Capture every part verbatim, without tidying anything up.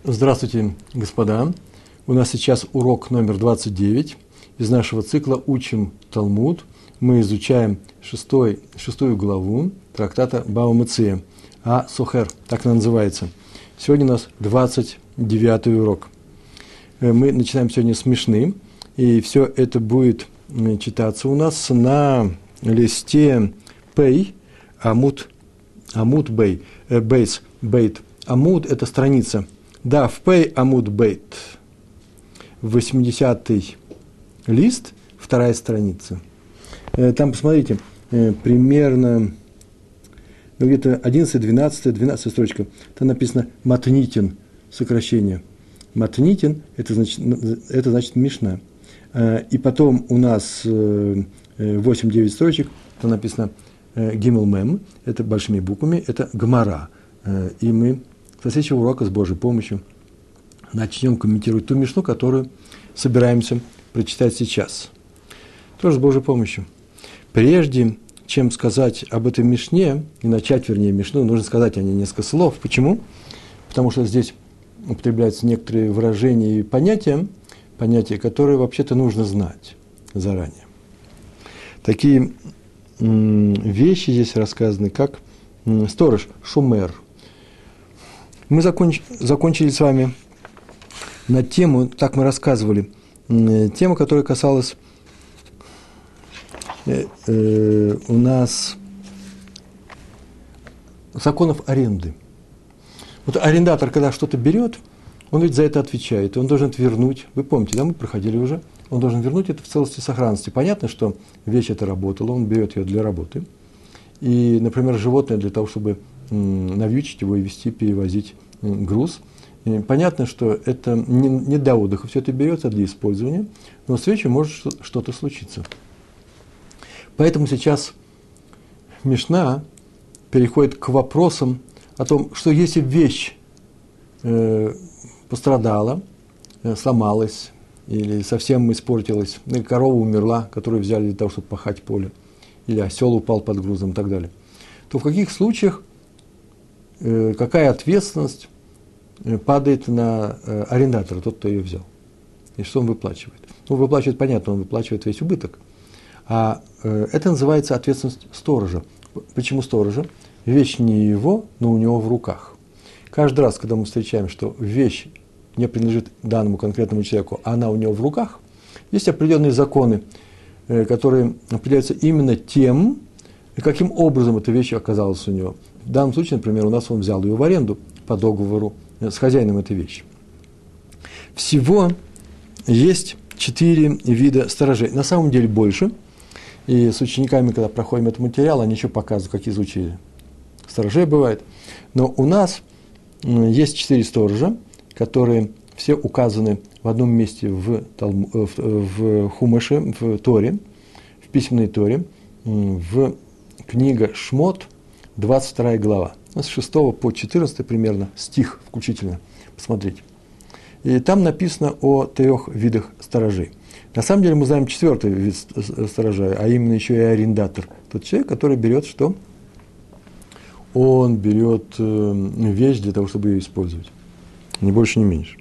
Здравствуйте, господа. У нас сейчас урок номер двадцать девять из нашего цикла «Учим Талмуд». Мы изучаем шестой, шестую главу трактата Бава Меция, а Сохер, так она называется. Сегодня у нас двадцать девятый урок. Мы начинаем сегодня с Мишны, и все это будет читаться у нас на листе Пей, Амуд, Амуд Бей, Бейс, Бейт. Амуд – это страница. Да, в Пей Амуд Бейт. восьмидесятый лист, вторая страница. Там, посмотрите, примерно ну, где-то одиннадцатая, двенадцатая, двенадцатая строчка. Там написано «Матнитин», сокращение. «Матнитин» – это значит, это значит Мишна. И потом у нас восемь-девять строчек, там написано «Гимел Мем», это большими буквами, это «Гмара». И мы со следующего урока с Божьей помощью начнем комментировать ту Мишну, которую собираемся прочитать сейчас. Тоже с Божьей помощью. Прежде чем сказать об этой Мишне, и начать, вернее, Мишну, нужно сказать о ней несколько слов. Почему? Потому что здесь употребляются некоторые выражения и понятия, понятия, которые вообще-то нужно знать заранее. Такие м- вещи здесь рассказаны, как м- сторож, шумер. Мы законч- закончили с вами на тему, так мы рассказывали, э, тема, которая касалась э, э, у нас законов аренды. Вот арендатор, когда что-то берет, он ведь за это отвечает, он должен это вернуть. Вы помните, да, мы проходили уже, он должен вернуть это в целости и сохранности. Понятно, что вещь эта работала, он берет ее для работы. И, например, животное для того, чтобы навьючить его и везти, перевозить груз. И понятно, что это не, не для отдыха, все это берется для использования, но с вечера может что-то случиться. Поэтому сейчас Мишна переходит к вопросам о том, что если вещь э, пострадала, э, сломалась или совсем испортилась, или корова умерла, которую взяли для того, чтобы пахать поле, или осел упал под грузом и так далее, то в каких случаях э, какая ответственность падает на э, арендатора, тот, кто ее взял, и что он выплачивает? Ну, выплачивает, понятно, он выплачивает весь убыток, а э, это называется ответственность сторожа. Почему сторожа? Вещь не его, но у него в руках. Каждый раз, когда мы встречаем, что вещь не принадлежит данному конкретному человеку, а она у него в руках, есть определенные законы, э, которые определяются именно тем, каким образом эта вещь оказалась у него. В данном случае, например, у нас он взял ее в аренду по договору с хозяином этой вещи. Всего есть четыре вида сторожей. На самом деле больше. И с учениками, когда проходим этот материал, они еще показывают, какие случаи сторожей бывают. Но у нас есть четыре сторожа, которые все указаны в одном месте в, Талму, в, в Хумаше, в Торе, в письменной Торе, в книга Шмот, двадцать вторая глава. С шестого по четырнадцатый примерно, стих включительно, посмотрите. И там написано о трех видах сторожей. На самом деле мы знаем четвертый вид сторожа, а именно еще и арендатор. Тот человек, который берет что? Он берет вещь для того, чтобы ее использовать. Ни больше, ни меньше.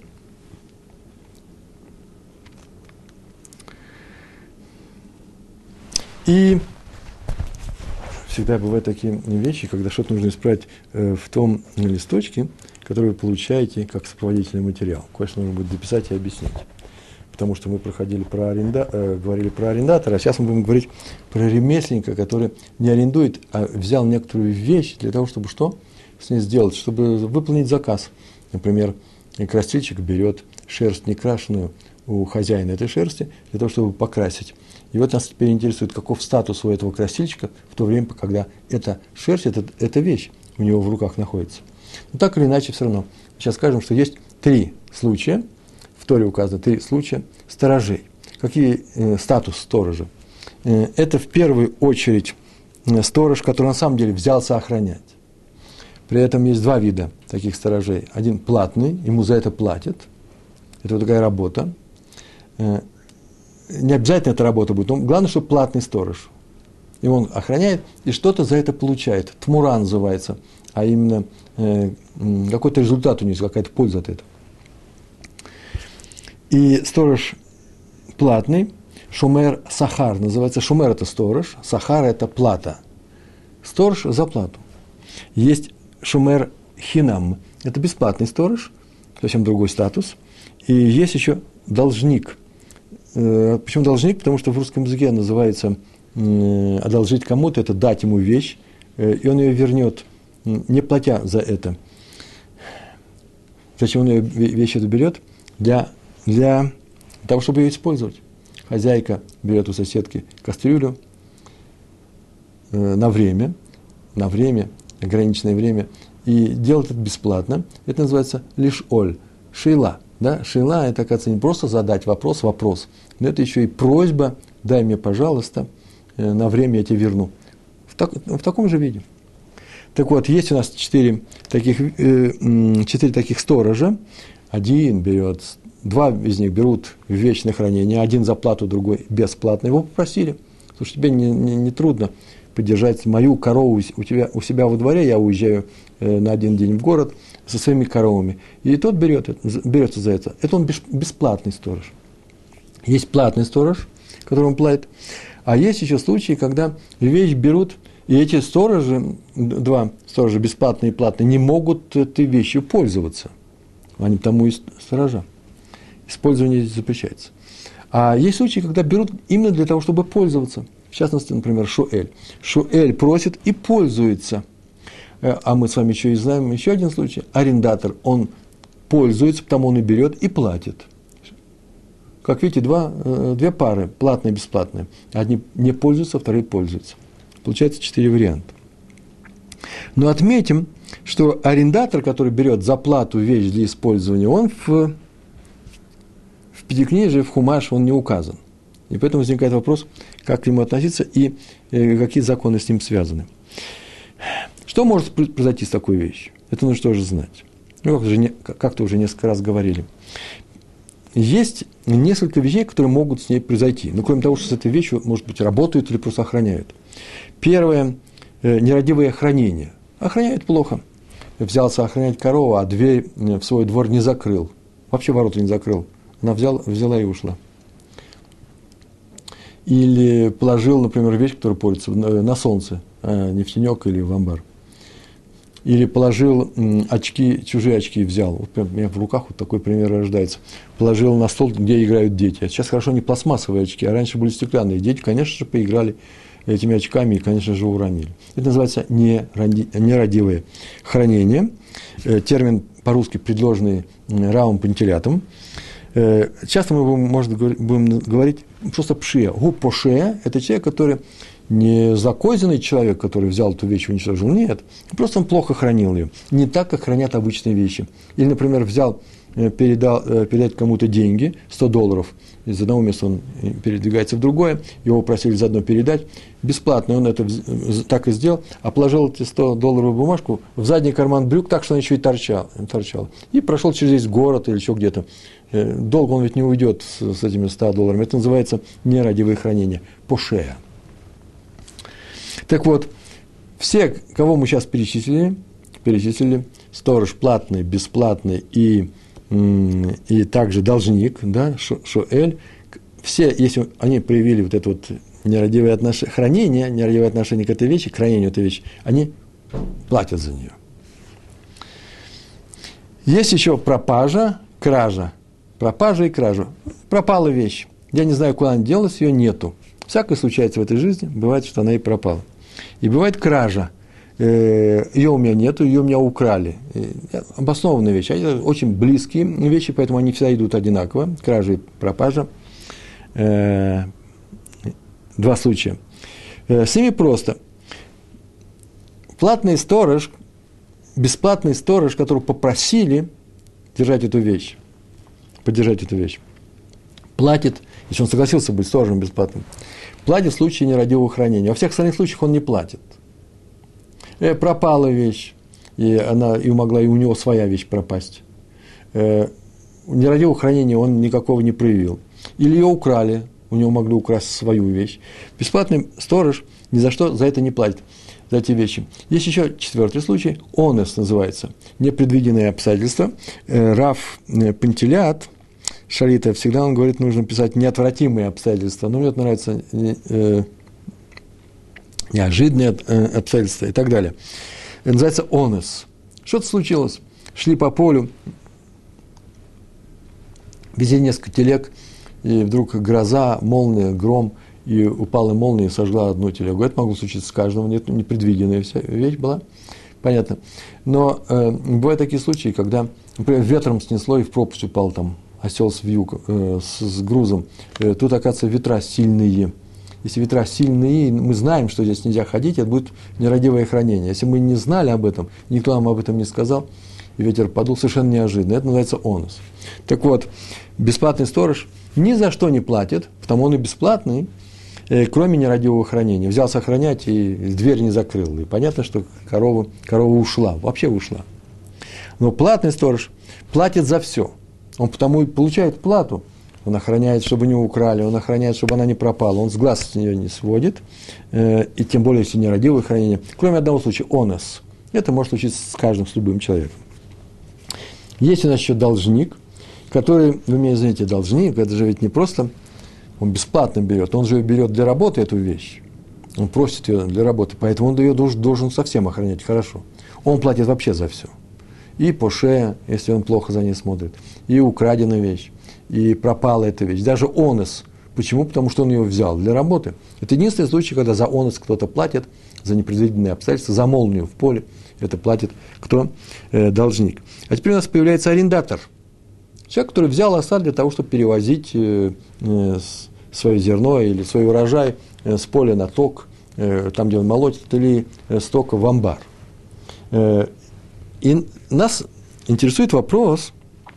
И всегда бывают такие вещи, когда что-то нужно исправить э, в том листочке, который вы получаете как сопроводительный материал. Кое-что нужно будет записать и объяснить. Потому что мы проходили про аренда, э, говорили про арендатора, а сейчас мы будем говорить про ремесленника, который не арендует, а взял некоторую вещь для того, чтобы что с ней сделать, чтобы выполнить заказ. Например, красильщик берет шерсть некрашенную у хозяина этой шерсти для того, чтобы покрасить. И вот нас теперь интересует, каков статус у этого красильщика в то время, когда эта шерсть, эта, эта вещь у него в руках находится. Но так или иначе, все равно. Сейчас скажем, что есть три случая, в Торе указано три случая сторожей. Какие э, статус сторожа? Э, это в первую очередь э, сторож, который на самом деле взялся охранять. При этом есть два вида таких сторожей. Один платный, ему за это платят. Это вот такая работа. Э, Не обязательно эта работа будет, но главное, чтобы платный сторож. И он охраняет, и что-то за это получает. Тмура называется, а именно э, какой-то результат у него есть, какая-то польза от этого. И сторож платный, шумер сахар, называется шумер – это сторож, сахар – это плата. Сторож за плату. Есть шумер хинам, это бесплатный сторож, совсем другой статус. И есть еще должник. Почему должник? Потому что в русском языке называется одолжить кому-то, это дать ему вещь, и он ее вернет, не платя за это. Зачем он ее вещь эту берет? Для, для того, чтобы ее использовать. Хозяйка берет у соседки кастрюлю на время, на время, ограниченное время, и делает это бесплатно. Это называется лишь оль, шейла. Да? Шейла – это, оказывается, не просто задать вопрос, вопрос, но это еще и просьба, дай мне, пожалуйста, на время я тебе верну. В, так, в таком же виде. Так вот, есть у нас четыре таких, четыре таких сторожа. Один берет, два из них берут в вечное хранение, один за плату, другой бесплатно. Его попросили, слушай, тебе не, не, не трудно поддержать мою корову у, тебя, у себя во дворе, я уезжаю на один день в город со своими коровами. И тот берет, берется за это. Это он бесплатный сторож. Есть платный сторож, которому платит. А есть еще случаи, когда вещь берут, и эти сторожи, два сторожа, бесплатные и платные, не могут этой вещью пользоваться. Они тому и сторожа. Использование здесь запрещается. А есть случаи, когда берут именно для того, чтобы пользоваться. В частности, например, шуэль. Шуэль просит и пользуется. А мы с вами еще и знаем еще один случай. Арендатор, он пользуется, потому он и берет, и платит. Как видите, два, две пары, платные и бесплатные. Одни не пользуются, вторые пользуются. Получается четыре варианта. Но отметим, что арендатор, который берет за плату вещь для использования, он в, в пятикнижии, в хумаш, он не указан. И поэтому возникает вопрос, как к нему относиться и э, какие законы с ним связаны. Что может произойти с такой вещью? Это нужно тоже знать. Ну, как-то, уже, как-то уже несколько раз говорили. Есть несколько вещей, которые могут с ней произойти. Ну, кроме того, что с этой вещью, может быть, работают или просто охраняют. Первое – нерадивое хранение. Охраняют плохо. Взялся охранять корову, а дверь в свой двор не закрыл. Вообще ворота не закрыл. Она взял, взяла и ушла. Или положил, например, вещь, которая портится, на солнце, а не в тенек или в амбар. Или положил очки, чужие очки взял. Вот прям у меня в руках вот такой пример рождается. Положил на стол, где играют дети. Сейчас хорошо не пластмассовые очки, а раньше были стеклянные. Дети, конечно же, поиграли этими очками и, конечно же, уронили. Это называется нерадивое хранение. Термин по-русски предложенный Равом Пантелятом. Часто мы будем, может, будем говорить просто пшия. Гупошея – это человек, который не закозенный человек, который взял эту вещь и уничтожил. Нет, просто он плохо хранил ее. Не так, как хранят обычные вещи. Или, например, взял, передал, передать кому-то деньги, сто долларов, из одного места он передвигается в другое, его просили заодно передать, бесплатно он это так и сделал, а положил эти сто долларовую бумажку в задний карман брюк, так что она еще и торчала. торчала. И прошел через весь город или еще где-то. Долго он ведь не уйдет с, с этими ста долларами. Это называется нерадивое хранение, пошея. Так вот, все, кого мы сейчас перечислили, перечислили, сторож платный, бесплатный и, и также должник, да, шуэль, все, если они проявили вот это вот нерадивое отношение, хранение, нерадивое отношение к этой вещи, к хранению этой вещи, они платят за нее. Есть еще пропажа, кража. Пропажа и кража. Пропала вещь. Я не знаю, куда она делась, ее нету. Всякое случается в этой жизни, бывает, что она и пропала. И бывает кража. Ее у меня нету, ее у меня украли. Обоснованные вещи. Они очень близкие вещи, поэтому они всегда идут одинаково. Кража и пропажа. Два случая. С ними просто. Платный сторож, бесплатный сторож, которого попросили держать эту вещь, поддержать эту вещь, платит, если он согласился быть сторожем бесплатным, платит в случае нерадивого хранения. Во всех остальных случаях он не платит. Э, пропала вещь, и, она, и могла и у него своя вещь пропасть. Э, нерадивого хранения он никакого не проявил. Или ее украли, у него могли украсть свою вещь. Бесплатный сторож ни за что за это не платит, за эти вещи. Есть еще четвертый случай, онес называется, непредвиденные обстоятельства. Э, Рав Пантелят Шалита, всегда он говорит, нужно писать неотвратимые обстоятельства. Но мне это нравится э, неожиданные э, обстоятельства и так далее. Это называется онес. Что-то случилось. Шли по полю, везли несколько телег, и вдруг гроза, молния, гром, и упала молния и сожгла одну телегу. Это могло случиться с каждым, это непредвиденная вся вещь была, понятно. Но э, бывают такие случаи, когда, например, ветром снесло и в пропасть упал там осел с, вьюг, э, с, с грузом. Э, тут, оказывается, ветра сильные. Если ветра сильные, мы знаем, что здесь нельзя ходить, это будет нерадивое хранение. Если мы не знали об этом, никто нам об этом не сказал, и ветер подул совершенно неожиданно, это называется онус. Так вот, бесплатный сторож ни за что не платит, потому он и бесплатный, э, кроме нерадивого хранения. Взялся охранять и дверь не закрыл. И понятно, что корова, корова ушла, вообще ушла. Но платный сторож платит за все. Он потому и получает плату. Он охраняет, чтобы не украли, он охраняет, чтобы она не пропала, он с глаз с нее не сводит, э, и тем более, если нерадивое хранение. Кроме одного случая, онос. Это может случиться с каждым, с любым человеком. Есть у нас еще должник, который, вы меня извините, должник, это же ведь не просто, он бесплатно берет, он же берет для работы эту вещь, он просит ее для работы, поэтому он ее должен, должен совсем охранять хорошо. Он платит вообще за все. И по шее, если он плохо за ней смотрит, и украденная вещь, и пропала эта вещь, даже онос. Почему? Потому что он ее взял для работы. Это единственный случай, когда за онос кто-то платит, за непредвиденные обстоятельства, за молнию в поле, это платит кто? Э, должник. А теперь у нас появляется арендатор. Человек, который взял осад для того, чтобы перевозить э, э, свое зерно или свой урожай э, с поля на ток, э, там, где он молотит, или э, с тока в амбар. Э, и нас интересует вопрос,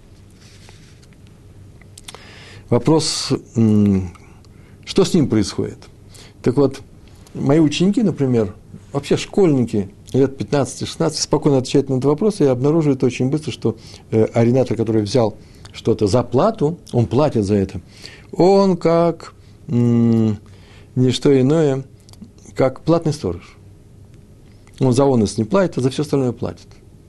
вопрос, что с ним происходит. Так вот, мои ученики, например, вообще школьники, лет пятнадцать-шестнадцать, спокойно отвечают на этот вопрос, и обнаруживают очень быстро, что э, арендатор, который взял что-то за плату, он платит за это, он как м- не что иное, как платный сторож. Он за онос не платит, а за все остальное платит.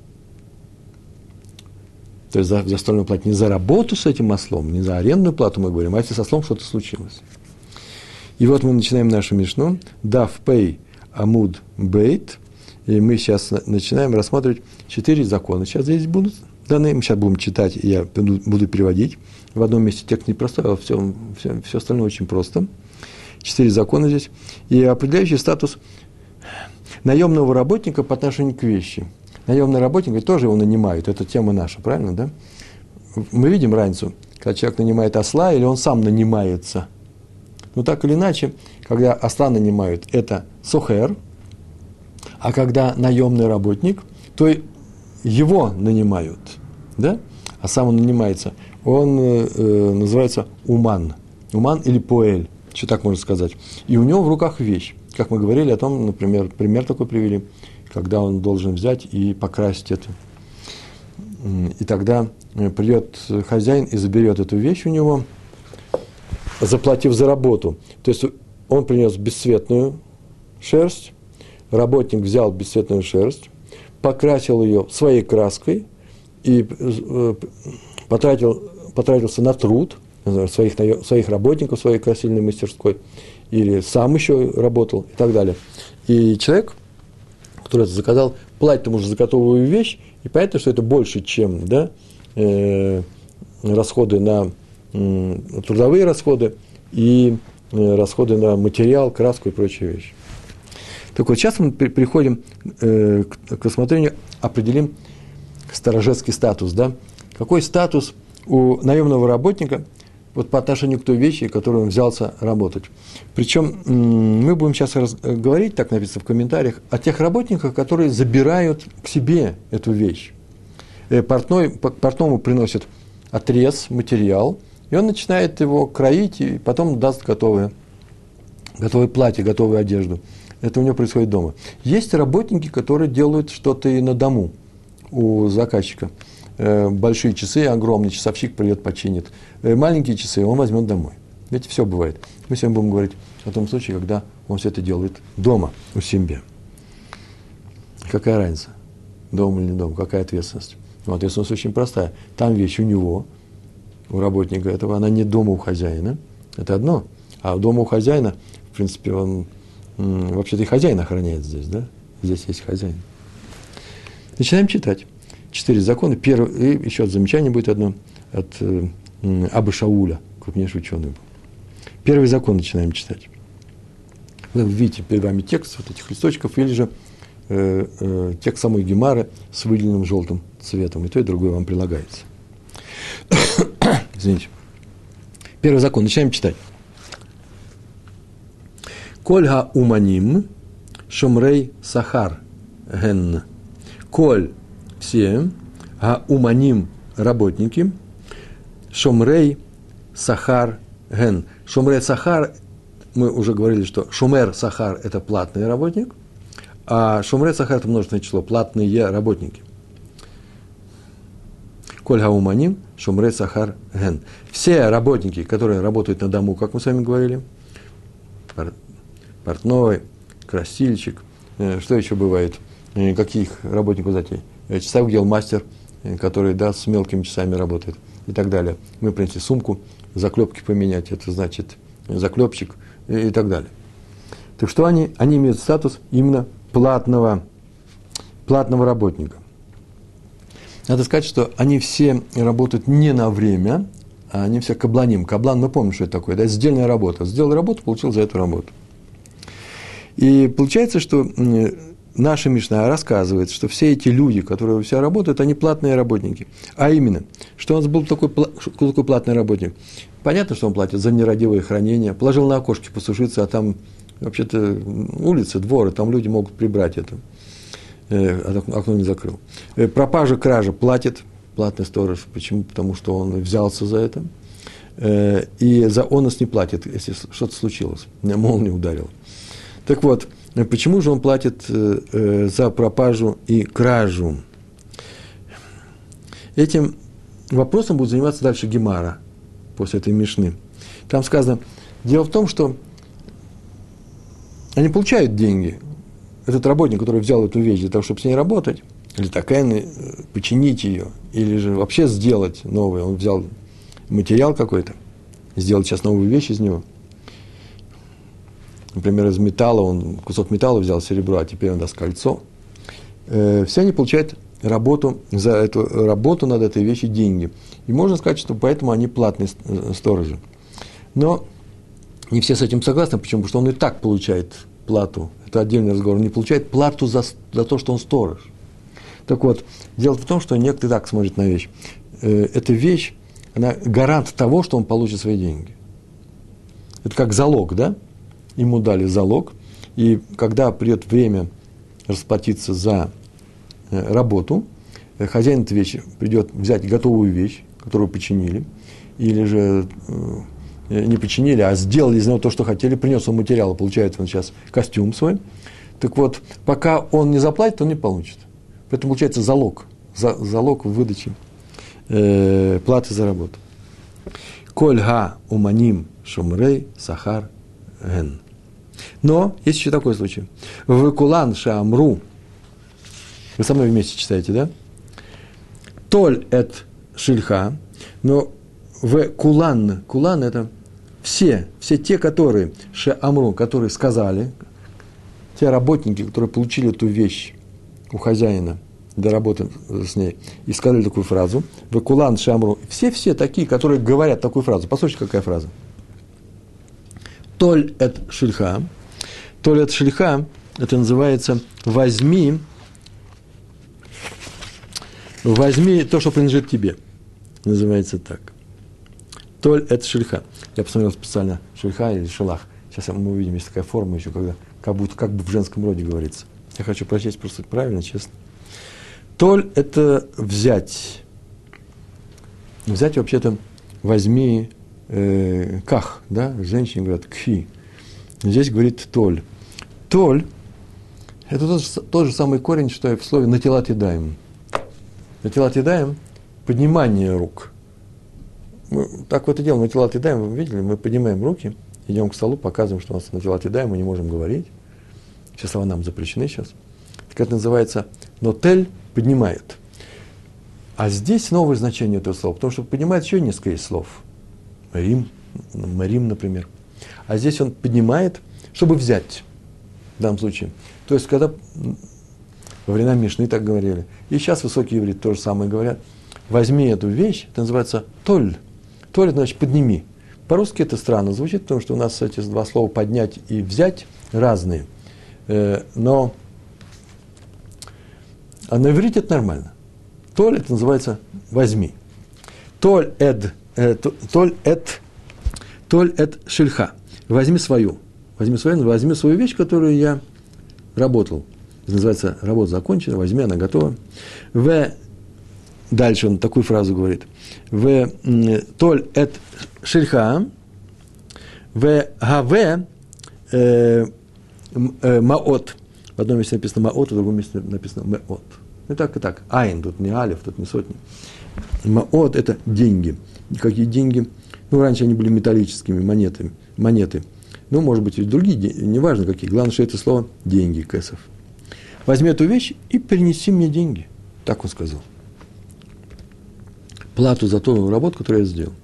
То есть за, за остальное платит не за работу с этим ослом, не за арендную плату мы говорим, а если с ослом что-то случилось. И вот мы начинаем нашу мишну, Дав Пей Амуд Бейт, и мы сейчас начинаем рассматривать четыре закона. Сейчас здесь будут даны, мы сейчас будем читать, и я буду, буду переводить. В одном месте текст непростой, а все, все, все остальное очень просто. Четыре закона здесь. И определяющий статус наемного работника по отношению к вещи. Наемный работник, ведь тоже его нанимают, это тема наша, правильно, да? Мы видим разницу, когда человек нанимает осла, или он сам нанимается. Но так или иначе, когда осла нанимают, это сохер, а когда наемный работник, то его нанимают, да? А сам он нанимается, он э, называется уман, уман или поэль, что так можно сказать. И у него в руках вещь, как мы говорили о том, например, пример такой привели, когда он должен взять и покрасить это. И тогда придет хозяин и заберет эту вещь у него, заплатив за работу. То есть он принес бесцветную шерсть, работник взял бесцветную шерсть, покрасил ее своей краской и потратил, потратился на труд своих, своих работников, своей красильной мастерской, или сам еще работал и так далее. И человек, который это заказал, платит ему уже за готовую вещь, и понятно, что это больше, чем да, э, расходы на э, трудовые расходы и э, расходы на материал, краску и прочие вещи. Так вот, сейчас мы переходим э, к, к рассмотрению, определим сторожецкий статус. Да? Какой статус у наемного работника вот по отношению к той вещи, которую он взялся работать. Причем мы будем сейчас раз, говорить, так написано в комментариях, о тех работниках, которые забирают к себе эту вещь. Портной, портному приносит отрез, материал, и он начинает его кроить, и потом даст готовое, готовое платье, готовую одежду. Это у него происходит дома. Есть работники, которые делают что-то и на дому у заказчика. Большие часы, огромный часовщик придет, починит. Маленькие часы он возьмет домой. Видите, все бывает. Мы сегодня будем говорить о том случае, когда он все это делает дома, у себя. Какая разница? Дома или не дома? Какая ответственность? Ну, ответственность очень простая. Там вещь у него, у работника этого, она не дома у хозяина. Это одно. А дома у хозяина, в принципе, он вообще-то и хозяин охраняет здесь, да? Здесь есть хозяин. Начинаем читать. Четыре закона. Первый, и еще замечание будет одно от э, Абы Шауля, крупнейший ученый был. Первый закон начинаем читать. Вы видите перед вами текст вот этих листочков, или же э, э, текст самой Гемары с выделенным желтым цветом. И то, и другое вам прилагается. Извините. Первый закон. Начинаем читать. Коль ха уманим шомрей сахар ген. Коль все, га уманим работники, шомрей сахар ген. Шомрей сахар, мы уже говорили, что шомер сахар – это платный работник, а шомрей сахар – это множественное число, платные работники. Коль га уманим шомрей сахар ген. Все работники, которые работают на дому, как мы с вами говорили, портной, красильщик, что еще бывает, каких работников, знаете, часовой гелмастер, который, да, с мелкими часами работает и так далее. Мы принесли сумку, заклепки поменять, это значит заклепщик и, и так далее. Так что они, они имеют статус именно платного, платного работника. Надо сказать, что они все работают не на время, а они все кабланим. Каблан, мы помним, что это такое, да, сдельная работа. Сделал работу, получил за эту работу. И получается, что наша Мишна рассказывает, что все эти люди, которые все работают, они платные работники. А именно, что он был такой, что такой платный работник? Понятно, что он платит за нерадивое хранение. Положил на окошке посушиться, а там вообще-то улицы, дворы, там люди могут прибрать это. А окно не закрыл. Пропажа, кража платит, платный сторож. Почему? Потому что он взялся за это. И за онос не платит, если что-то случилось. Меня молния ударила. Так вот, почему же он платит э, за пропажу и кражу? Этим вопросом будет заниматься дальше Гемара, после этой Мишны. Там сказано, дело в том, что они получают деньги. Этот работник, который взял эту вещь для того, чтобы с ней работать, или такая, починить ее, или же вообще сделать новое. Он взял материал какой-то, сделал сейчас новую вещь из него. Например, из металла, он кусок металла взял, серебро, а теперь он даст кольцо. Э, все они получают работу, за эту работу над этой вещью деньги. И можно сказать, что поэтому они платные сторожи. Но не все с этим согласны. Почему? Потому что он и так получает плату. Это отдельный разговор. Он не получает плату за, за то, что он сторож. Так вот, дело в том, что некоторые так смотрят на вещь. Э, эта вещь, она гарант того, что он получит свои деньги. Это как залог, да? Ему дали залог, и когда придет время расплатиться за работу, хозяин этой вещи придет взять готовую вещь, которую починили, или же не починили, а сделали из него то, что хотели, принес он материал, получает он сейчас костюм свой. Так вот, пока он не заплатит, он не получит. Поэтому получается залог, за, залог в выдаче э, платы за работу. Коль га уманим шумрей сахар ген. Но есть еще такой случай. В кулан шамру. Вы со мной вместе читаете, да? Толь эт шильха. Но в кулан, кулан это все, все те, которые шамру, которые сказали, те работники, которые получили эту вещь у хозяина для работы с ней, и сказали такую фразу. В кулан шамру. Все-все такие, которые говорят такую фразу. Послушайте, какая фраза. Толь эт шильха. Толь эт шильха, это называется возьми, возьми то, что принадлежит тебе. Называется так. Толь эт шильха. Я посмотрел специально шильха или шилах. Сейчас мы увидим, есть такая форма еще, когда как будто как бы в женском роде говорится. Я хочу прочесть просто правильно, честно. Толь – это взять. Взять вообще-то возьми э, ках, да, женщине говорят кхи. Здесь говорит толь. Толь – это тот же, тот же самый корень, что и в слове натилат ядаем. Натилат ядаем – поднимание рук. Мы так вот и делаем, натилат ядаем, вы видели, мы поднимаем руки, идем к столу, показываем, что у нас натилат ядаем, мы не можем говорить. Все слова нам запрещены сейчас. Так это называется нотель – поднимает. А здесь новое значение этого слова, потому что поднимает еще несколько есть слов. Рим, Рим, например. А здесь он поднимает, чтобы взять, в данном случае. То есть, когда во времена Мишны так говорили, и сейчас высокие евреи то же самое говорят, возьми эту вещь, это называется толь. Толь, это значит подними. По-русски это странно звучит, потому что у нас эти два слова поднять и взять разные. Но а на иврите это нормально. Толь это называется возьми. Толь эд, э, толь эд, толь эд шельха. Возьми свою. Возьми свою, возьми свою вещь, которую я работал. Это называется работа закончена, возьми, она готова. В, дальше он такую фразу говорит. В толь эд шельха, в гаве э, э, маот. В одном месте написано маот, в другом месте написано меот. И так, и так. Айн, тут не алиф, тут не сотни. Маот – это деньги. Какие деньги? Ну, раньше они были металлическими монетами, монеты. Ну, может быть, и другие, неважно какие. Главное, что это слово деньги, кэсов. Возьми эту вещь и принеси мне деньги. Так он сказал. Плату за ту работу, которую я сделал.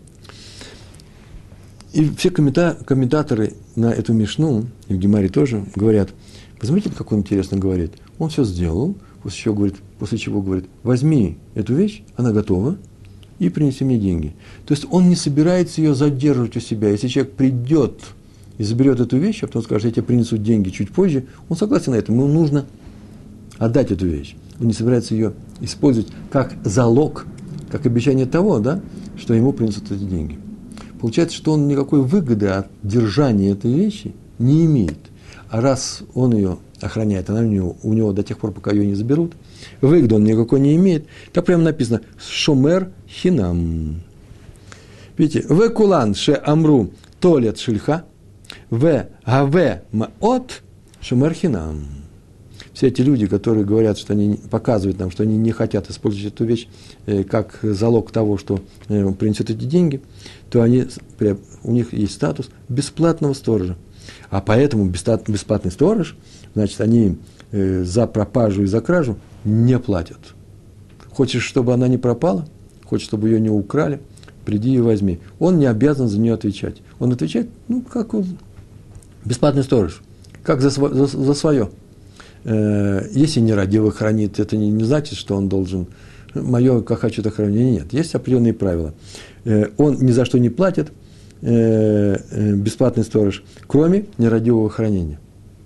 И все коммента, комментаторы на эту Мишну, и в Гемаре тоже, говорят, посмотрите, как он интересно говорит. Он все сделал, после чего говорит, после чего говорит, возьми эту вещь, она готова, и принеси мне деньги. То есть он не собирается ее задерживать у себя. Если человек придет и заберет эту вещь, а потом скажет, я тебе принесу деньги чуть позже, он согласен на это, ему нужно отдать эту вещь. Он не собирается ее использовать как залог, как обещание того, да, что ему принесут эти деньги. Получается, что он никакой выгоды от держания этой вещи не имеет. А раз он ее охраняет, она у него, у него до тех пор, пока ее не заберут, выгоды он никакой не имеет. Так прямо написано «шомер хинам». Видите, «в кулан ше амру толет шильха, в гаве маот шомер хинам». Все эти люди, которые говорят, что они показывают нам, что они не хотят использовать эту вещь э, как залог того, что э, принесет эти деньги, то они, у них есть статус бесплатного сторожа. А поэтому бесплатный сторож, значит, они э, за пропажу и за кражу не платят. Хочешь, чтобы она не пропала? Хочешь, чтобы ее не украли? Приди и возьми. Он не обязан за нее отвечать. Он отвечает, ну, как он, бесплатный сторож, как за, за, за свое. Если нерадиво хранит, это не, не значит, что он должен мое, как хочу, так хранить. Нет, есть определенные правила. Он ни за что не платит, бесплатный сторож, кроме нерадивого хранения.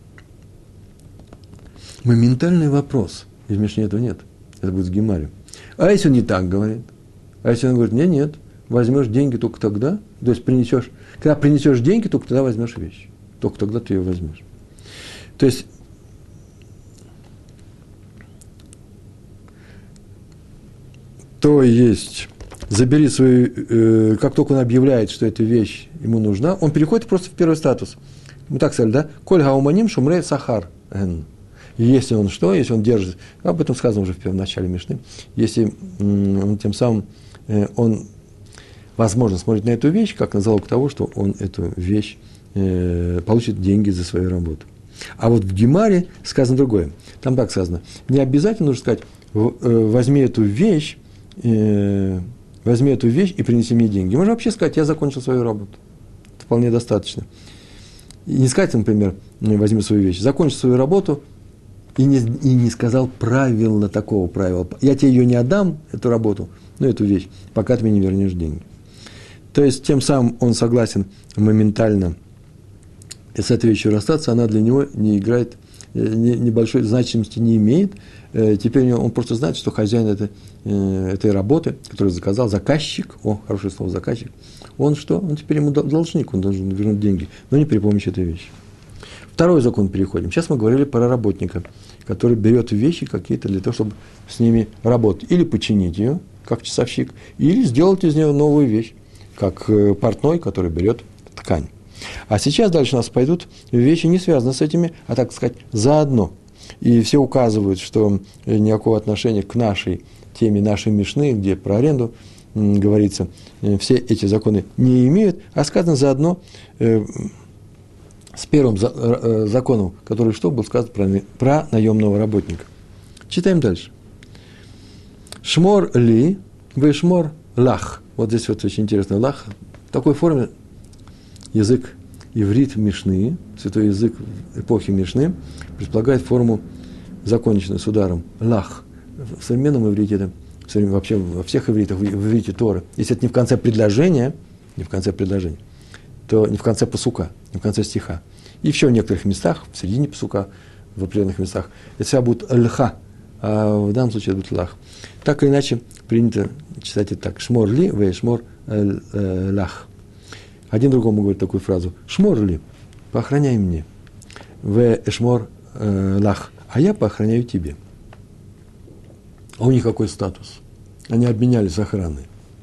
Моментальный вопрос. И в Мишне этого нет. Это будет с Гемаре. А если он не так говорит? А если он говорит, нет, нет, возьмешь деньги только тогда, то есть принесешь, когда принесешь деньги, только тогда возьмешь вещь. Только тогда ты ее возьмешь. То есть, то есть, забери свою, э, как только он объявляет, что эта вещь ему нужна, он переходит просто в первый статус. Мы так сказали, да? Коль гауманим шумрей сахар. Если он что, если он держит, об этом сказано уже в первом начале Мишны, если он тем самым, э, он, возможно, смотрит на эту вещь, как на залог того, что он эту вещь э, получит деньги за свою работу. А вот в Гемаре сказано другое. Там так сказано. Не обязательно нужно сказать, возьми эту вещь, возьми эту вещь и принеси мне деньги. Можно вообще сказать, я закончил свою работу. Это вполне достаточно. И не сказать, например, возьми свою вещь, закончил свою работу и не, и не сказал правильно такого правила. Я тебе ее не отдам, эту работу, ну, эту вещь, пока ты мне не вернешь деньги. То есть, тем самым он согласен моментально с этой вещью расстаться, она для него не играет, небольшой значимости не имеет. Теперь он просто знает, что хозяин этой, этой работы, который заказал, заказчик, о, хорошее слово, заказчик, он что? Он теперь ему должник, он должен вернуть деньги, но не при помощи этой вещи. Второй закон переходим. Сейчас мы говорили про работника, который берет вещи какие-то для того, чтобы с ними работать. Или починить ее, как часовщик, или сделать из нее новую вещь, как портной, который берет ткань. А сейчас дальше у нас пойдут вещи, не связанные с этими, а, так сказать, заодно. И все указывают, что никакого отношения к нашей теме, нашей Мишны, где про аренду м, говорится, э, все эти законы не имеют, а сказано заодно э, с первым за, э, законом, который что был сказан про, про наемного работника. Читаем дальше. Шмор ли, вы шмор лах. Вот здесь вот очень интересно. Лах в такой форме язык иврит Мишны, святой язык эпохи Мишны, предполагает форму законченную с ударом лах. В современном иврите это вообще во всех ивритах, в иврите Торы, если это не в конце предложения, не в конце предложения, то не в конце пасука, не в конце стиха. И еще в некоторых местах, в середине пасука, в определенных местах, это вся будет лха, а в данном случае это будет лах. Так или иначе, принято читать это так. Шмор ли, ве шмор лах. Один другому говорит такую фразу. Шмор ли, поохраняй мне. Ве шмор лах, а я поохраняю тебе. А у них какой статус? Они обменялись охраной.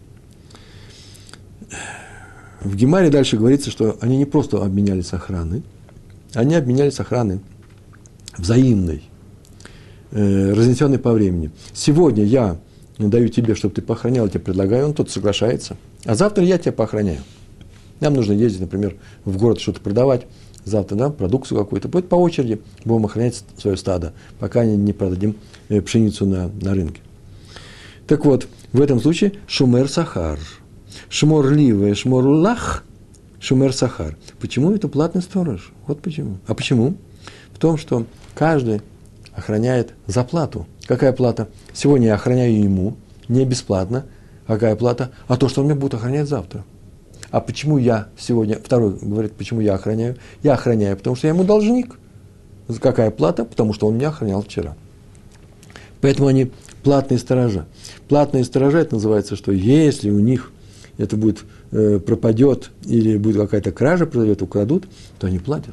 В Гемаре дальше говорится, что они не просто обменялись охраной, они обменялись охраной взаимной, э, разнесенной по времени. Сегодня я даю тебе, чтобы ты поохранял, я тебе предлагаю, он тот соглашается, а завтра я тебя поохраняю. Нам нужно ездить, например, в город что-то продавать, завтра, да, продукцию какую-то, будет по очереди, будем охранять свое стадо, пока не продадим пшеницу на, на рынке. Так вот, в этом случае шумер сахар. Шмор ливе, шмор лах, шумер сахар. Почему это платный сторож? Вот почему. А почему? В том, что каждый охраняет за плату. Какая плата? Сегодня я охраняю ему, не бесплатно. Какая плата? А то, что он меня будет охранять завтра. А почему я сегодня, второй говорит, почему я охраняю? Я охраняю, потому что я ему должник. Какая плата? Потому что он меня охранял вчера. Поэтому они платные сторожа. Платные сторожа, это называется, что если у них это будет, э, пропадет или будет какая-то кража, произойдет, украдут, то они платят.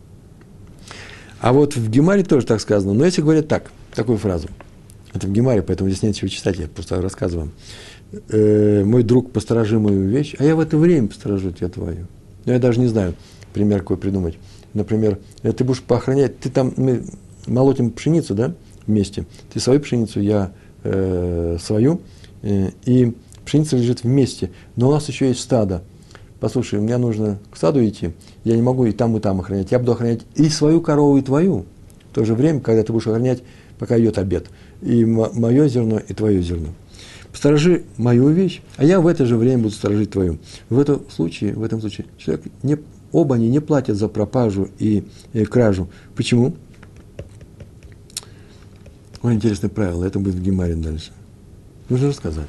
А вот в Гемаре тоже так сказано. Но если говорят так, такую фразу, это в Гемаре, поэтому здесь нет чего читать, я просто рассказываю вам. Э, мой друг, посторожи мою вещь, а я в это время посторожу тебя твою. Но я даже не знаю, пример какой придумать. Например, ты будешь поохранять, ты там, мы молотим пшеницу, да, вместе. Ты свою пшеницу, я э, свою, э, и пшеница лежит вместе, но у нас еще есть стадо. Послушай, мне нужно к стаду идти, я не могу и там, и там охранять. Я буду охранять и свою корову, и твою. В то же время, когда ты будешь охранять, пока идет обед. И мое зерно, и твое зерно. Посторожи мою вещь, а я в это же время буду сторожить твою. В этом случае, в этом случае человек не, оба они не платят за пропажу и, и кражу. Почему? Ой, интересное правило, это будет в Гемаре дальше. Нужно рассказать.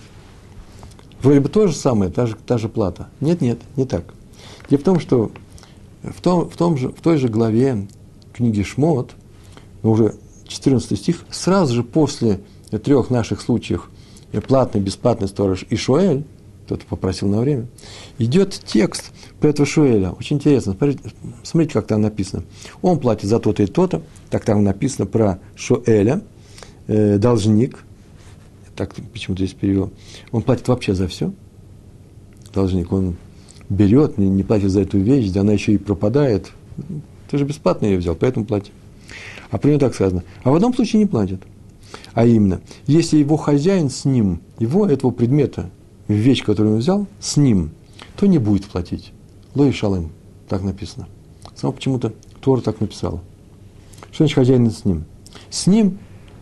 Вроде бы то же самое, та же, та же плата. Нет, нет, не так. Дело в том, что в, том, в, том же, в той же главе книги Шмот, но уже четырнадцатый стих, сразу же после трех наших случаев платный, бесплатный сторож и Шуэль, кто-то попросил на время, идет текст про этого Шуэля. Очень интересно. Смотрите, смотрите, как там написано. Он платит за то-то и то-то. Так там написано про Шуэля, э, должник. Так почему-то здесь перевел. Он платит вообще за все. Должник, он берет, не, не платит за эту вещь, да она еще и пропадает. Ты же бесплатно ее взял, поэтому плати. А при нем так сказано. А в одном случае не платит. А именно, если его хозяин с ним, его, этого предмета, вещь, которую он взял, с ним, то не будет платить. Ло и шалым, так написано. Само почему-то Тора так написала. Что значит хозяин с ним? С ним,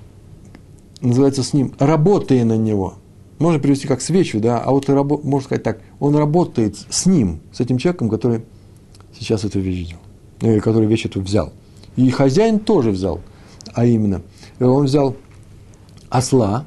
называется с ним, работая на него. Можно перевести как свечу, да, а вот рабо, можно сказать так, он работает с ним, с этим человеком, который сейчас эту вещь взял, который вещь эту взял. И хозяин тоже взял, а именно, он взял осла,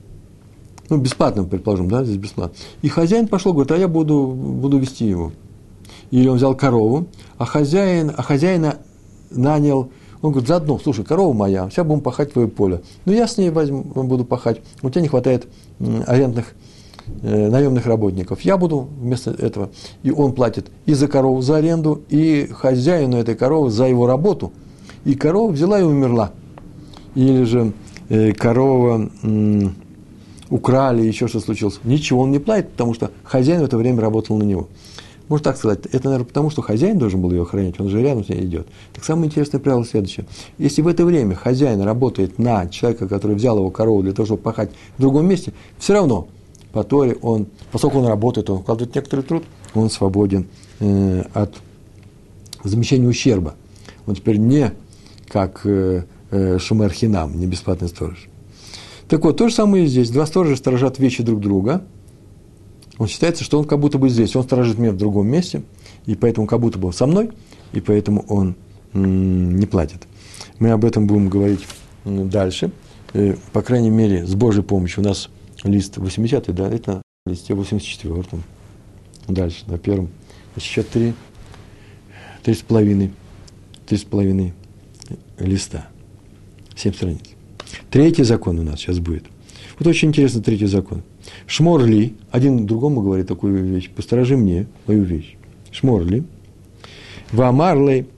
ну, бесплатно, предположим, да, здесь бесплатно. И хозяин пошел, говорит, а я буду, буду вести его. Или он взял корову, а хозяин, а хозяина нанял, он говорит, заодно, слушай, корова моя, сейчас будем пахать твое поле. Ну, я с ней возьму, буду пахать, у тебя не хватает арендных, э, наемных работников. Я буду вместо этого. И он платит и за корову, за аренду, и хозяину этой коровы за его работу. И корова взяла и умерла. Или же э, корова э, украли, еще что случилось. Ничего он не платит, потому что хозяин в это время работал на него. Можно так сказать, это, наверное, потому, что хозяин должен был ее охранять, он же рядом с ней идет. Так самое интересное правило следующее. Если в это время хозяин работает на человека, который взял его корову для того, чтобы пахать в другом месте, все равно по Торе он, поскольку он работает, он вкладывает некоторый труд, он свободен э, от замещения ущерба. Он теперь не как э, э, шумер хинам, не бесплатный сторож. Так вот, то же самое и здесь. Два сторожа сторожат вещи друг друга. Он считается, что он как будто бы здесь. Он сторожит меня в другом месте, и поэтому как будто бы со мной, и поэтому он м- не платит. Мы об этом будем говорить дальше. Э, по крайней мере, с Божьей помощью. У нас лист восьмидесятый, да, это на листе восемьдесят четвёртом. Дальше, на первом. Значит, еще три, три с половиной, три с половиной листа. Семь страниц. Третий закон у нас сейчас будет. Вот очень интересно третий закон. Шморли, один другому говорит такую вещь, посторожи мне мою вещь. Шморли. Вамарлей.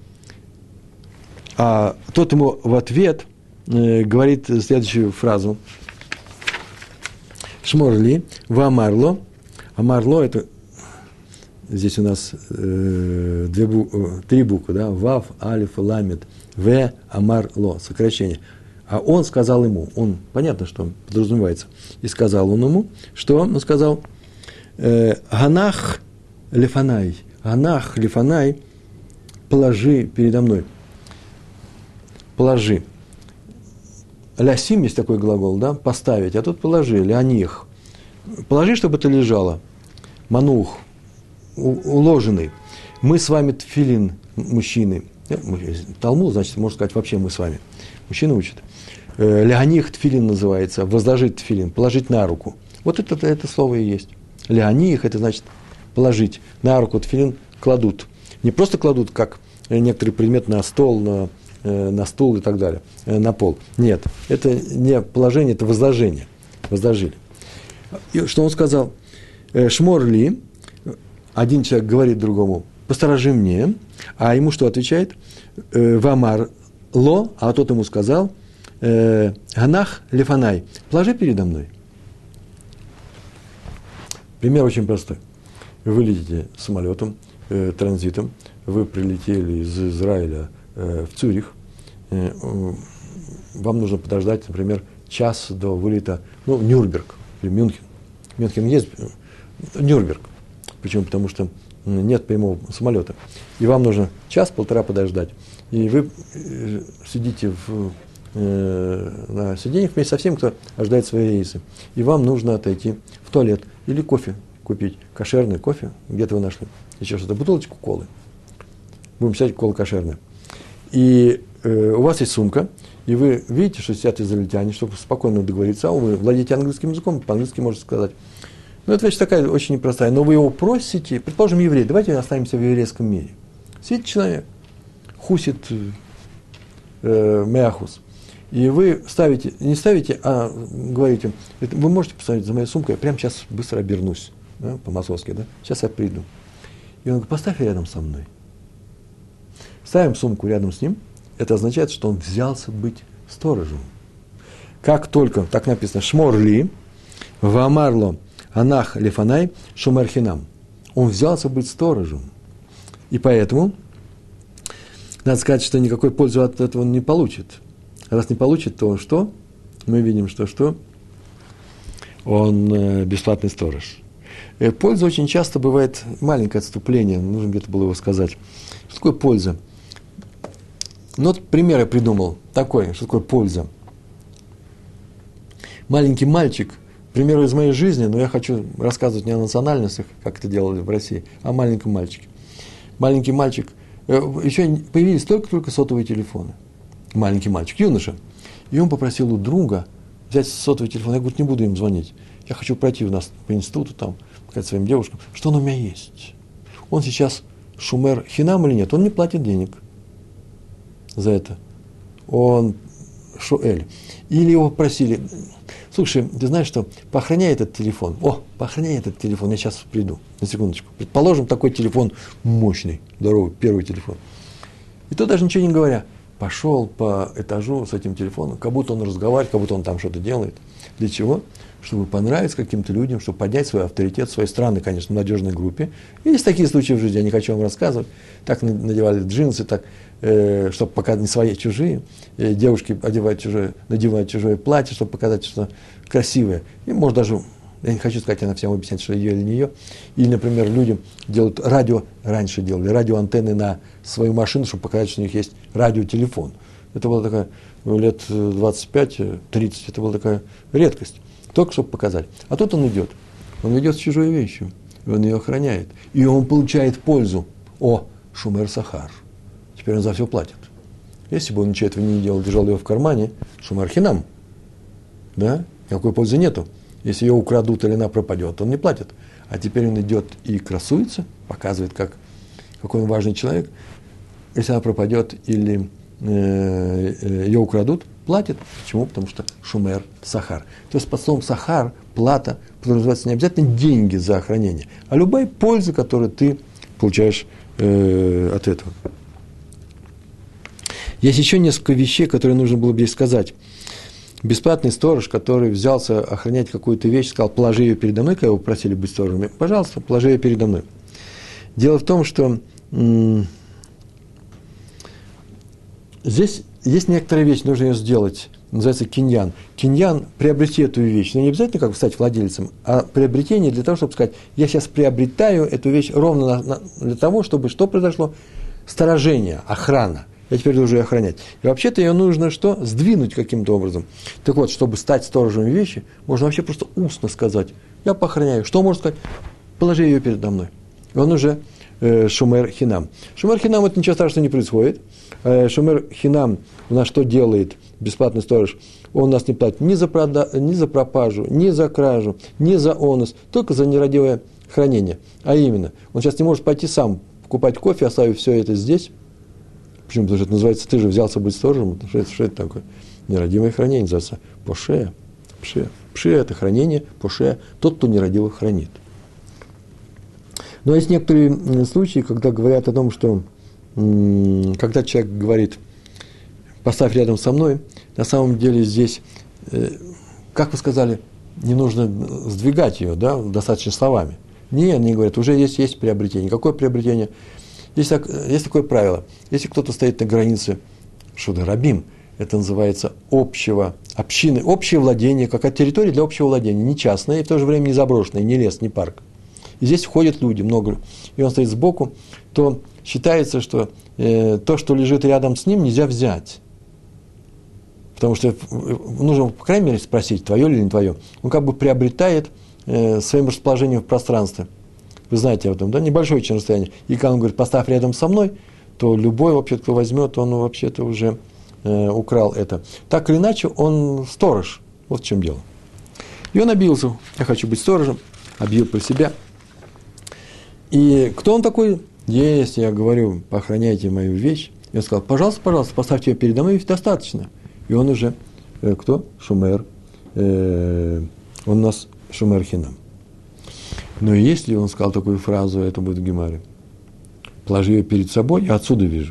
А тот ему в ответ э, говорит следующую фразу. Шморли. Вамарло. Амарло это здесь у нас э, две бу, э, три буквы, да? Вав, алиф, ламет, в, амарло, сокращение. А он сказал ему, он, понятно, что подразумевается, и сказал он ему, что он сказал, э, ганах лефанай, ганах лефанай, положи передо мной, положи. Лясим есть такой глагол, да, поставить, а тут положи, ляних. Положи, чтобы это лежало, манух, уложенный. Мы с вами тфилин, мужчины, Талмуд, значит, можно сказать, вообще мы с вами. Мужчина учит. Леоних тфилин называется, возложить тфилин, положить на руку. Вот это, это слово и есть. Леоних, это значит положить на руку тфилин, кладут. Не просто кладут, как некоторый предмет на стол, на, на стул и так далее, на пол. Нет, это не положение, это возложение. Возложили. И что он сказал? Шморли, один человек говорит другому, посторожи мне, а ему что отвечает? Вамар ло, а тот ему сказал, ганах лефанай, положи передо мной. Пример очень простой. Вы летите самолетом, э, транзитом, вы прилетели из Израиля э, в Цюрих, э, э, вам нужно подождать, например, час до вылета, ну, в Нюрнберг или Мюнхен. Мюнхен есть, э, Нюрнберг. Почему? Потому что нет прямого самолета. И вам нужно час-полтора подождать. И вы э, сидите в на сиденьях вместе со всеми, кто ожидает свои рейсы. И вам нужно отойти в туалет или кофе купить, кошерный кофе, где-то вы нашли, еще что-то, бутылочку колы. Будем считать, кола кошерная. И э, у вас есть сумка, и вы видите, что сидят израильтяне, чтобы спокойно договориться, а вы владеете английским языком, по-английски можете сказать. Ну, это вещь такая очень непростая, но вы его просите, предположим, еврей, давайте останемся в еврейском мире. Сидит человек, хусит э, меахус. И вы ставите, не ставите, а говорите, вы можете поставить за моей сумкой, я прямо сейчас быстро обернусь, да, по-московски, да, сейчас я приду. И он говорит, поставь рядом со мной. Ставим сумку рядом с ним, это означает, что он взялся быть сторожем. Как только, так написано, шморли, вамарло, анах лефанай, шумархинам. Он взялся быть сторожем. И поэтому, надо сказать, что никакой пользы от этого он не получит. Раз не получит, то что? Мы видим, что что? Он э, бесплатный сторож. Э, польза очень часто бывает маленькое отступление, нужно где-то было его сказать. Что такое польза? Ну, вот пример я придумал такой, что такое польза. Маленький мальчик, к примеру, из моей жизни, но я хочу рассказывать не о национальностях, как это делали в России, а о маленьком мальчике. Маленький мальчик, э, еще появились только-только сотовые телефоны. Маленький мальчик, юноша. И он попросил у друга взять сотовый телефон. Я говорю, не буду им звонить. Я хочу пройти у нас по институту, там, сказать своим девушкам, что он у меня есть. Он сейчас шумер хинам или нет? Он не платит денег за это. Он шуэль. Или его просили, слушай, ты знаешь что, поохраняй этот телефон. О, поохраняй этот телефон, я сейчас приду, на секундочку. Предположим, такой телефон мощный, здоровый, первый телефон. И тот даже ничего не говоря, пошел по этажу с этим телефоном, как будто он разговаривает, как будто он там что-то делает. Для чего? Чтобы понравиться каким-то людям, чтобы поднять свой авторитет, своей страны, конечно, в надежной группе. И есть такие случаи в жизни, я не хочу вам рассказывать. Так надевали джинсы, так, э, чтобы показать не свои, чужие. И девушки одевают чужое, надевают чужое платье, чтобы показать, что красивое. И, может, даже, я не хочу сказать, она всем объяснять, что ее или не ее. Или, например, люди делают радио, раньше делали радиоантенны на свою машину, чтобы показать, что у них есть радиотелефон. Это была такая, лет двадцать пять тридцать, это была такая редкость. Только чтобы показать. А тут он идет. Он идет с чужой вещью. И он ее охраняет. И он получает пользу. О, шумер сахар. Теперь он за все платит. Если бы он ничего этого не делал, держал ее в кармане, шумер хинам. Да? Никакой пользы нету. Если ее украдут или она пропадет, он не платит. А теперь он идет и красуется, показывает, как, какой он важный человек. Если она пропадет или э, э, ее украдут, платит. Почему? Потому что шумер сахар. То есть под словом сахар, плата, подразумевается не обязательно деньги за охранение, а любая польза, которую ты получаешь э, от этого. Есть еще несколько вещей, которые нужно было бы здесь сказать. Бесплатный сторож, который взялся охранять какую-то вещь, сказал, положи ее передо мной, когда его просили быть сторожем, пожалуйста, положи ее передо мной. Дело в том, что м- здесь есть некоторая вещь, нужно ее сделать, называется киньян. Киньян – приобрести эту вещь, но не обязательно как стать владельцем, а приобретение для того, чтобы сказать, я сейчас приобретаю эту вещь ровно на, на, для того, чтобы что произошло? Сторожение, охрана. Я теперь должен ее охранять. И вообще-то ее нужно что? Сдвинуть каким-то образом. Так вот, чтобы стать сторожем вещи, можно вообще просто устно сказать, я поохраняю. Что можно сказать? Положи ее передо мной. И он уже э, шумер хинам. Шумер хинам – это ничего страшного не происходит. Э, шумер хинам у нас что делает бесплатный сторож? Он нас не платит ни за, прода- ни за пропажу, ни за кражу, ни за онос, только за нерадивое хранение. А именно, он сейчас не может пойти сам покупать кофе, оставив все это здесь. Почему? Потому что это называется, ты же взялся быть сторожем. Что это, что это такое? Нерадивое хранение называется поше. Пше. Пше – это хранение, поше – тот, кто нерадиво хранит. Но есть некоторые случаи, когда говорят о том, что когда человек говорит, поставь рядом со мной, на самом деле здесь, как вы сказали, не нужно сдвигать ее, да, достаточно словами. Нет, они говорят, уже есть, есть приобретение. Какое приобретение? Есть, так, есть такое правило. Если кто-то стоит на границе шуда рабим, это называется общего, общины, общее владение, какая-то территория для общего владения, не частная и в то же время не заброшенная, не лес, не парк. И здесь входят люди, много, и он стоит сбоку, то считается, что э, то, что лежит рядом с ним, нельзя взять. Потому что нужно, по крайней мере, спросить, твое или не твое. Он как бы приобретает э, своим расположением в пространстве. Вы знаете об этом, да? Небольшое очень расстояние. И когда он говорит, поставь рядом со мной, то любой, вообще, кто возьмет, он вообще-то уже э, украл это. Так или иначе, он сторож. Вот в чем дело. И он объявился, я хочу быть сторожем, объявил про себя. И кто он такой? Если я говорю, поохраняйте мою вещь, я сказал, пожалуйста, пожалуйста, поставьте ее передо мной, достаточно. И он уже, э, кто? Шумер. Э, он у нас шумер хинам. Но если он сказал такую фразу, это будет в Гемаре. Положи ее перед собой, я отсюда вижу.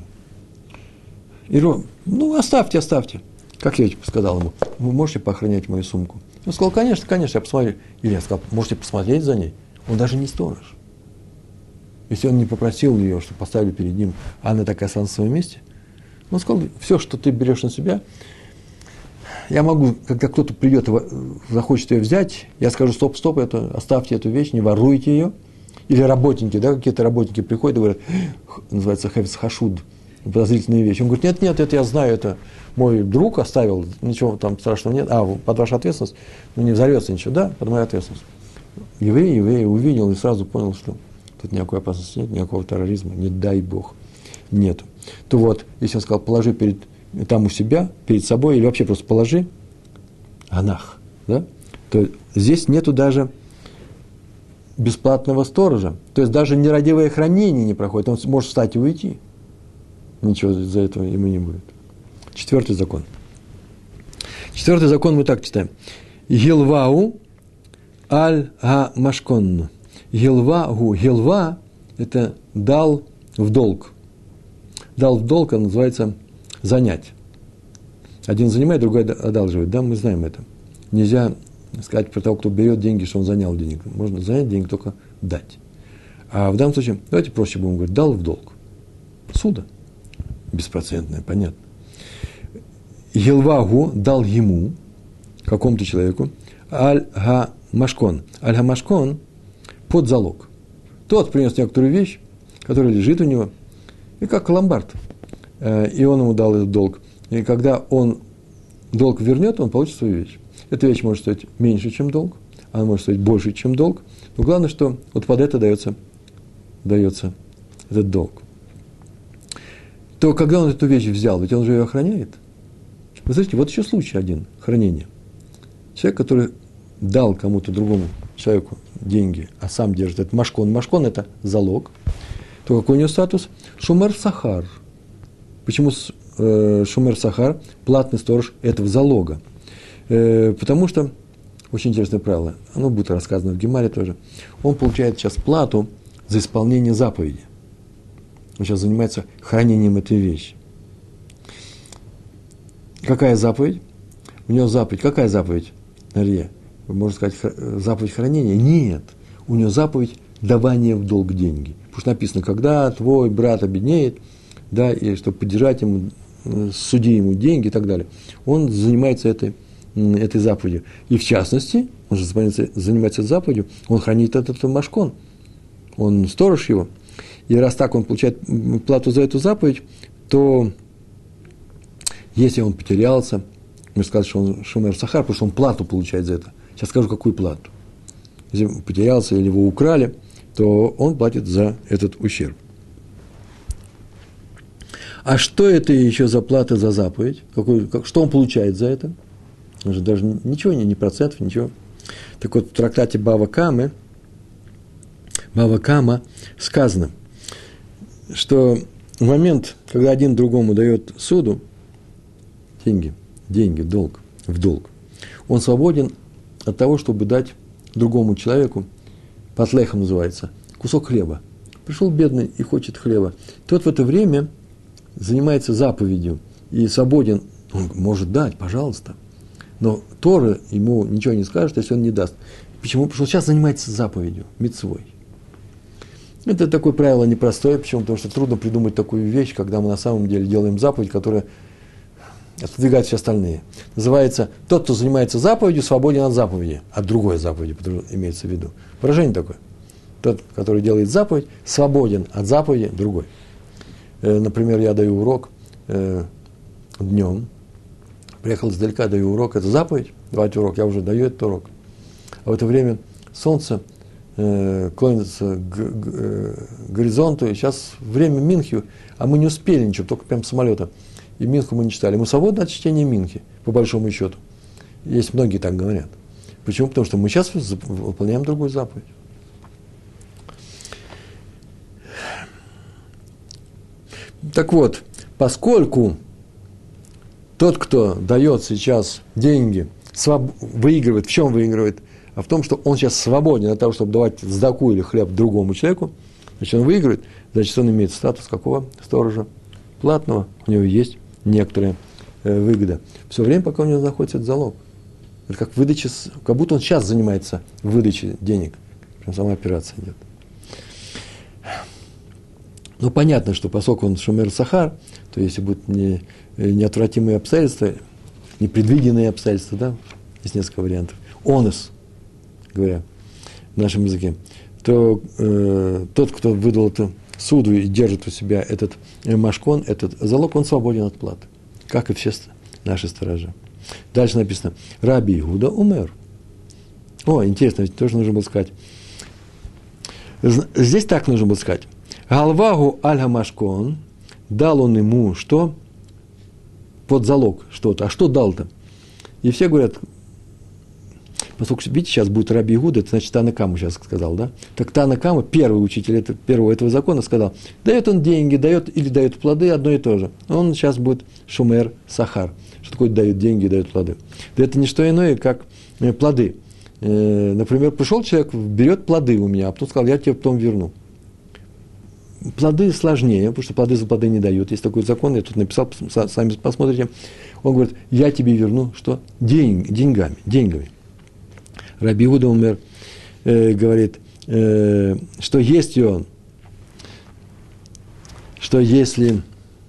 И ну, оставьте, оставьте. Как я сказал ему, вы можете поохранять мою сумку? Он сказал, конечно, конечно, я посмотрю. Или я сказал, можете посмотреть за ней. Он даже не сторож. Если он не попросил ее, чтобы поставили перед ним, а она такая осталась на своем месте, он сказал, все, что ты берешь на себя, я могу, когда кто-то придет и захочет ее взять, я скажу, стоп, стоп, это, оставьте эту вещь, не воруйте ее. Или работники, да, какие-то работники приходят и говорят, называется хефец хашуд, подозрительные вещи. Он говорит, нет, нет, это я знаю, это мой друг оставил, ничего там страшного нет, а, под вашу ответственность, ну не взорвется ничего, да, под мою ответственность. Еврей, еврей увидел и сразу понял, что тут никакой опасности нет, никакого терроризма, не дай Бог, нету. То вот, если он сказал, положи перед, там у себя, перед собой, или вообще просто положи, анах, да, то здесь нету даже бесплатного сторожа, то есть даже нерадивое хранение не проходит, он может встать и уйти, ничего из-за этого ему не будет. Четвертый закон. Четвертый закон мы так читаем. Гилвау аль-га-машкон. Гилвау, гилва – это дал в долг. Дал в долг, он называется занять. Один занимает, другой одалживает. Да, мы знаем это. Нельзя сказать про того, кто берет деньги, что он занял денег. Можно занять деньги, только дать. А в данном случае, давайте проще будем говорить, дал в долг. Суда. Беспроцентное, понятно. Гилвагу дал ему, какому-то человеку, аль-га-машкон. Аль-га-машкон под залог. Тот принес некоторую вещь, которая лежит у него, и как ломбард. И он ему дал этот долг. и когда он долг вернет, он получит свою вещь. Эта вещь может стоить меньше, чем долг, она может стоить больше, чем долг, но главное, что вот под это дается, дается этот долг. То когда он эту вещь взял, ведь он же ее охраняет. Вы знаете, вот еще случай один, хранение. Человек, который дал кому-то другому человеку деньги, а сам держит этот машкон. Машкон – это залог. То какой у него статус? Шумер сахар. Почему э, шумер сахар – платный сторож этого залога? Э, потому что, очень интересное правило, оно будет рассказано в Гемаре тоже, он получает сейчас плату за исполнение заповеди. Он сейчас занимается хранением этой вещи. Какая заповедь? У него заповедь. Какая заповедь? Нарье. Можно сказать, заповедь хранения? Нет. У него заповедь давания в долг деньги. Потому что написано, когда твой брат обеднеет, да, и чтобы поддержать ему, суди ему деньги и так далее, он занимается этой, этой заповедью. И в частности, он же занимается, занимается заповедью, он хранит этот машкон. Он сторож его. И раз так он получает плату за эту заповедь, то если он потерялся, можно сказать, что он шумер сахар, потому что он плату получает за это. Сейчас скажу, какую плату. Если он потерялся или его украли, то он платит за этот ущерб. А что это еще за плата за заповедь? Какой, как, что он получает за это? Он же даже ничего, ни, ни процентов, ничего. Так вот, в трактате Бава Камы, Бава Кама сказано, что в момент, когда один другому дает суду деньги, деньги, долг, в долг, он свободен от того, чтобы дать другому человеку, патлехом называется, кусок хлеба. Пришел бедный и хочет хлеба. Тот в это время занимается заповедью и свободен, он может дать, пожалуйста. Но Тора ему ничего не скажет, если он не даст. Почему? Потому что он сейчас занимается заповедью, мицвой. Это такое правило непростое. Почему? Потому что трудно придумать такую вещь, когда мы на самом деле делаем заповедь, которая отодвигает все остальные. Называется «Тот, кто занимается заповедью, свободен от заповеди». От другой заповеди, потому что имеется в виду. Выражение такое. Тот, который делает заповедь, свободен от заповеди другой. Например, я даю урок э, днем. Приехал издалека, даю урок. Это заповедь. Давайте урок. Я уже даю этот урок. А в это время солнце клонится к, к горизонту, и сейчас время Минхи, а мы не успели ничего, только прям самолета. И Минху мы не читали. Мы свободны от чтения Минхи, по большому счету. Есть многие так говорят. Почему? Потому что мы сейчас выполняем другую заповедь. Так вот, поскольку тот, кто дает сейчас деньги, своб... выигрывает, в чем выигрывает? А в том, что он сейчас свободен от того, чтобы давать сдаку или хлеб другому человеку, значит, он выигрывает, значит, он имеет статус какого сторожа? Платного. У него есть некоторая э, выгода. Все время, пока у него находится этот залог. Это как выдача, как будто он сейчас занимается выдачей денег. Прям сама операция идет. Ну, понятно, что поскольку он шумер сахар, то если будут не, неотвратимые обстоятельства, непредвиденные обстоятельства, да, есть несколько вариантов, онес, говоря в нашем языке, то э, тот, кто выдал эту суду и держит у себя этот машкон, этот залог, он свободен от платы, как и все наши сторожа. Дальше написано «Раби Иуда умер». О, интересно, ведь тоже нужно было сказать. Здесь так нужно было сказать. «Галвагу аль-хамашкон», дал он ему что? Под залог что-то. А что дал-то? И все говорят, поскольку, видите, сейчас будет Раби Иуда, это значит Тана Кама сейчас сказал, да? Так Тана Кама, первый учитель это, первого этого закона, сказал, дает он деньги, дает или дает плоды, одно и то же. Он сейчас будет шумер сахар. Что такое дает деньги и дает плоды? Да это не что иное, как э, плоды. Э, например, пришел человек, берет плоды у меня, а потом сказал, я тебе потом верну. Плоды сложнее, потому что плоды за плоды не дают. Есть такой закон, я тут написал, сами посмотрите. Он говорит, я тебе верну, что? День, деньгами, деньгами. Раби Иуда умер, э, говорит, э, что если он, что если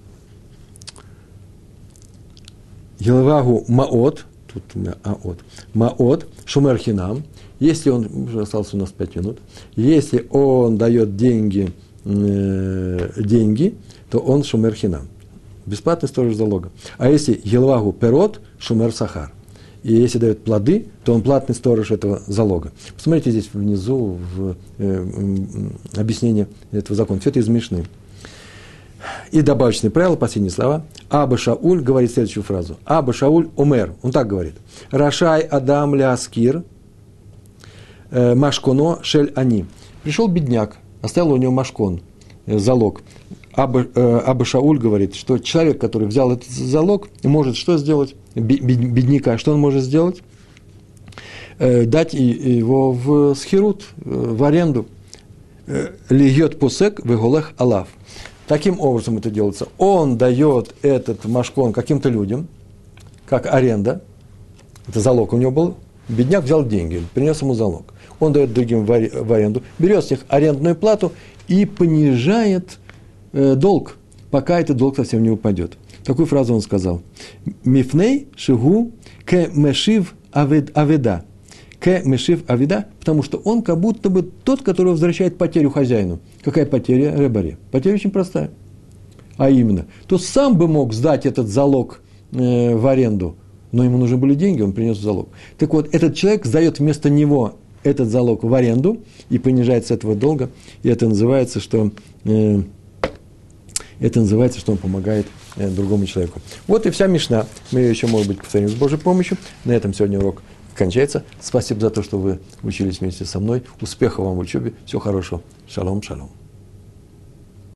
Елвагу маот, тут у меня аот, маот, шумер хинам, если он, уже осталось у нас пять минут, если он дает деньги, э, деньги, то он шумер хинам, бесплатный сторож залога. А если елвагу перот, шумер сахар. И если дает плоды, то он платный сторож этого залога. Посмотрите здесь внизу в э, объяснение этого закона. Все это из Мишны. И добавочные правила, последние слова. Аба Шауль говорит следующую фразу. Аба Шауль омер. Он так говорит. Рашай адам ляскир машконо шель ани. Пришел бедняк, оставил у него машкон, залог. Аба, Аба Шауль говорит, что человек, который взял этот залог, может что сделать? Бедняка, что он может сделать? Дать его в схирут, в аренду. Льет пусек веголех алав. Таким образом это делается. Он дает этот машкон каким-то людям, как аренда. Это залог у него был. Бедняк взял деньги, принес ему залог. Он дает другим в аренду, берет с них арендную плату и понижает э, долг, пока этот долг совсем не упадет. Такую фразу он сказал. Мифней шигу к мешив аведа. К мешив аведа, потому что он как будто бы тот, который возвращает потерю хозяину. Какая потеря? Ребаре. Потеря очень простая. А именно, то сам бы мог сдать этот залог э, в аренду, но ему нужны были деньги, он принес залог. Так вот, этот человек сдает вместо него этот залог в аренду и понижает с этого долга. И это называется, что, э, это называется, что он помогает э, другому человеку. Вот и вся Мишна. Мы ее еще, может быть, повторим с Божьей помощью. На этом сегодня урок кончается. Спасибо за то, что вы учились вместе со мной. Успехов вам в учебе. Всего хорошего. Шалом, шалом.